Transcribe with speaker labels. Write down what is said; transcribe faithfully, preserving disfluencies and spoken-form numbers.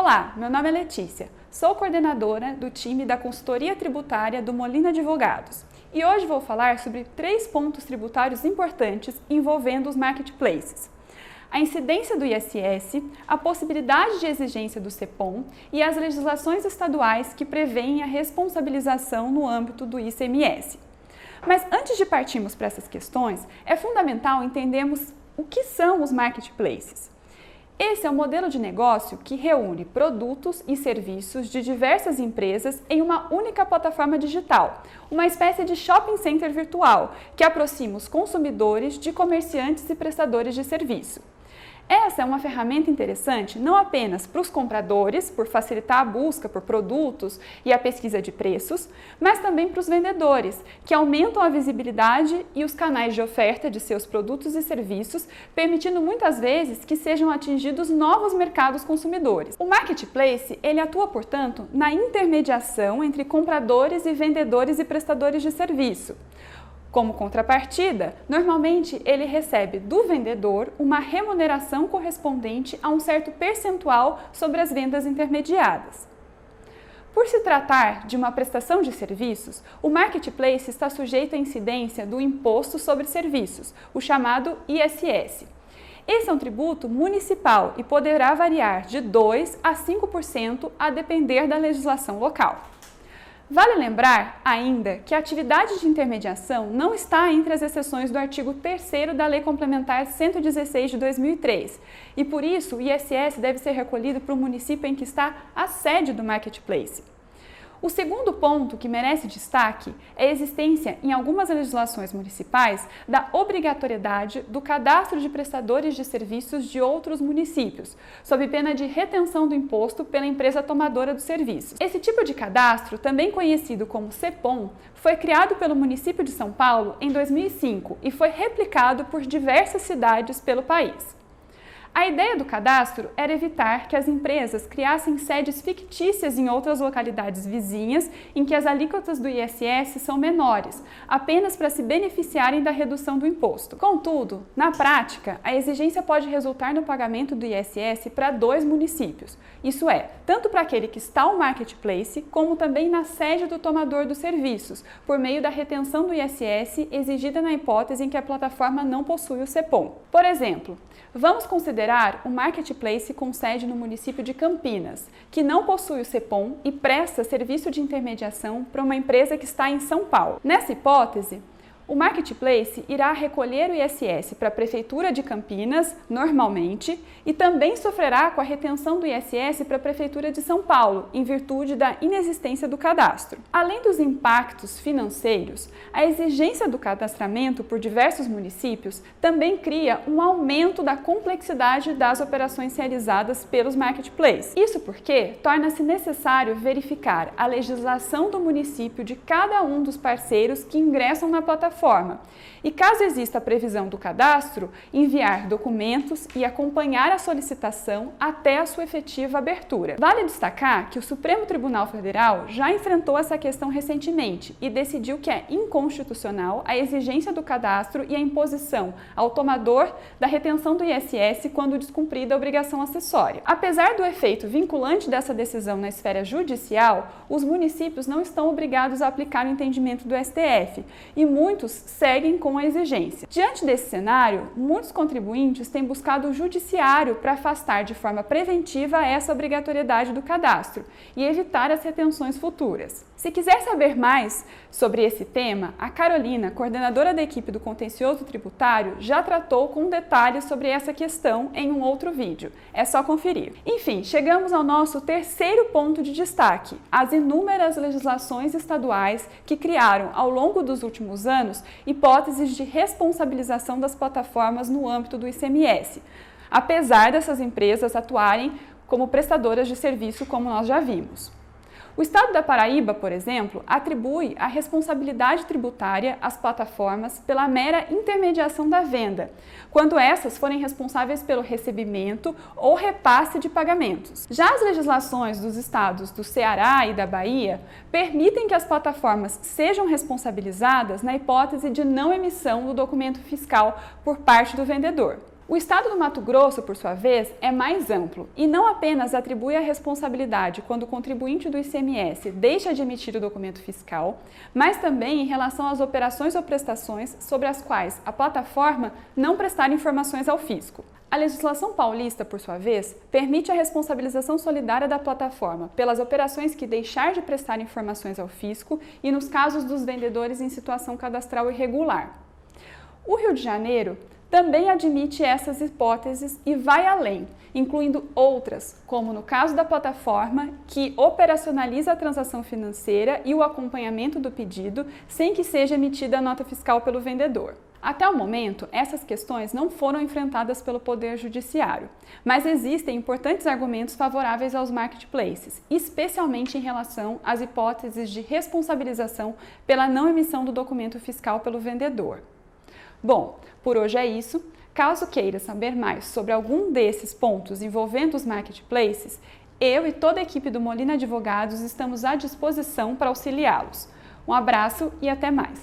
Speaker 1: Olá, meu nome é Letícia, sou coordenadora do time da consultoria tributária do Molina Advogados e hoje vou falar sobre três pontos tributários importantes envolvendo os marketplaces. A incidência do I S S, a possibilidade de exigência do CEPOM e as legislações estaduais que prevêem a responsabilização no âmbito do I C M S. Mas antes de partirmos para essas questões, é fundamental entendermos o que são os marketplaces. Esse é um modelo de negócio que reúne produtos e serviços de diversas empresas em uma única plataforma digital, uma espécie de shopping center virtual que aproxima os consumidores de comerciantes e prestadores de serviço. Essa é uma ferramenta interessante não apenas para os compradores, por facilitar a busca por produtos e a pesquisa de preços, mas também para os vendedores, que aumentam a visibilidade e os canais de oferta de seus produtos e serviços, permitindo muitas vezes que sejam atingidos novos mercados consumidores. O marketplace, ele atua, portanto, na intermediação entre compradores e vendedores e prestadores de serviço. Como contrapartida, normalmente ele recebe do vendedor uma remuneração correspondente a um certo percentual sobre as vendas intermediadas. Por se tratar de uma prestação de serviços, o marketplace está sujeito à incidência do Imposto sobre Serviços, o chamado I S S. Esse é um tributo municipal e poderá variar de dois por cento a cinco por cento a depender da legislação local. Vale lembrar ainda que a atividade de intermediação não está entre as exceções do artigo terceiro da Lei Complementar cento e dezesseis de dois mil e três e, por isso, o I S S deve ser recolhido para o município em que está a sede do marketplace. O segundo ponto que merece destaque é a existência em algumas legislações municipais da obrigatoriedade do cadastro de prestadores de serviços de outros municípios, sob pena de retenção do imposto pela empresa tomadora dos serviços. Esse tipo de cadastro, também conhecido como CEPOM, foi criado pelo município de São Paulo em dois mil e cinco e foi replicado por diversas cidades pelo país. A ideia do cadastro era evitar que as empresas criassem sedes fictícias em outras localidades vizinhas em que as alíquotas do I S S são menores, apenas para se beneficiarem da redução do imposto. Contudo, na prática, a exigência pode resultar no pagamento do I S S para dois municípios, isso é, tanto para aquele que está no marketplace, como também na sede do tomador dos serviços, por meio da retenção do I S S exigida na hipótese em que a plataforma não possui o CEPOM. Por exemplo, vamos considerar o marketplace com sede no município de Campinas, que não possui o CEPOM e presta serviço de intermediação para uma empresa que está em São Paulo. Nessa hipótese, o marketplace irá recolher o I S S para a Prefeitura de Campinas, normalmente, e também sofrerá com a retenção do I S S para a Prefeitura de São Paulo, em virtude da inexistência do cadastro. Além dos impactos financeiros, a exigência do cadastramento por diversos municípios também cria um aumento da complexidade das operações realizadas pelos marketplaces. Isso porque torna-se necessário verificar a legislação do município de cada um dos parceiros que ingressam na plataforma. Forma. E caso exista a previsão do cadastro, enviar documentos e acompanhar a solicitação até a sua efetiva abertura. Vale destacar que o Supremo Tribunal Federal já enfrentou essa questão recentemente e decidiu que é inconstitucional a exigência do cadastro e a imposição ao tomador da retenção do I S S quando descumprida a obrigação acessória. Apesar do efeito vinculante dessa decisão na esfera judicial, os municípios não estão obrigados a aplicar o entendimento do S T F e muitos seguem com a exigência. Diante desse cenário, muitos contribuintes têm buscado o judiciário para afastar de forma preventiva essa obrigatoriedade do cadastro e evitar as retenções futuras. Se quiser saber mais sobre esse tema, a Carolina, coordenadora da equipe do Contencioso Tributário, já tratou com detalhes sobre essa questão em um outro vídeo. É só conferir. Enfim, chegamos ao nosso terceiro ponto de destaque, as inúmeras legislações estaduais que criaram, ao longo dos últimos anos, hipóteses de responsabilização das plataformas no âmbito do I C M S, apesar dessas empresas atuarem como prestadoras de serviço, como nós já vimos. O Estado da Paraíba, por exemplo, atribui a responsabilidade tributária às plataformas pela mera intermediação da venda, quando essas forem responsáveis pelo recebimento ou repasse de pagamentos. Já as legislações dos estados do Ceará e da Bahia permitem que as plataformas sejam responsabilizadas na hipótese de não emissão do documento fiscal por parte do vendedor. O Estado do Mato Grosso, por sua vez, é mais amplo e não apenas atribui a responsabilidade quando o contribuinte do I C M S deixa de emitir o documento fiscal, mas também em relação às operações ou prestações sobre as quais a plataforma não prestar informações ao fisco. A legislação paulista, por sua vez, permite a responsabilização solidária da plataforma pelas operações que deixar de prestar informações ao fisco e nos casos dos vendedores em situação cadastral irregular. O Rio de Janeiro também admite essas hipóteses e vai além, incluindo outras, como no caso da plataforma, que operacionaliza a transação financeira e o acompanhamento do pedido sem que seja emitida a nota fiscal pelo vendedor. Até o momento, essas questões não foram enfrentadas pelo Poder Judiciário, mas existem importantes argumentos favoráveis aos marketplaces, especialmente em relação às hipóteses de responsabilização pela não emissão do documento fiscal pelo vendedor. Bom, por hoje é isso. Caso queira saber mais sobre algum desses pontos envolvendo os marketplaces, eu e toda a equipe do Molina Advogados estamos à disposição para auxiliá-los. Um abraço e até mais!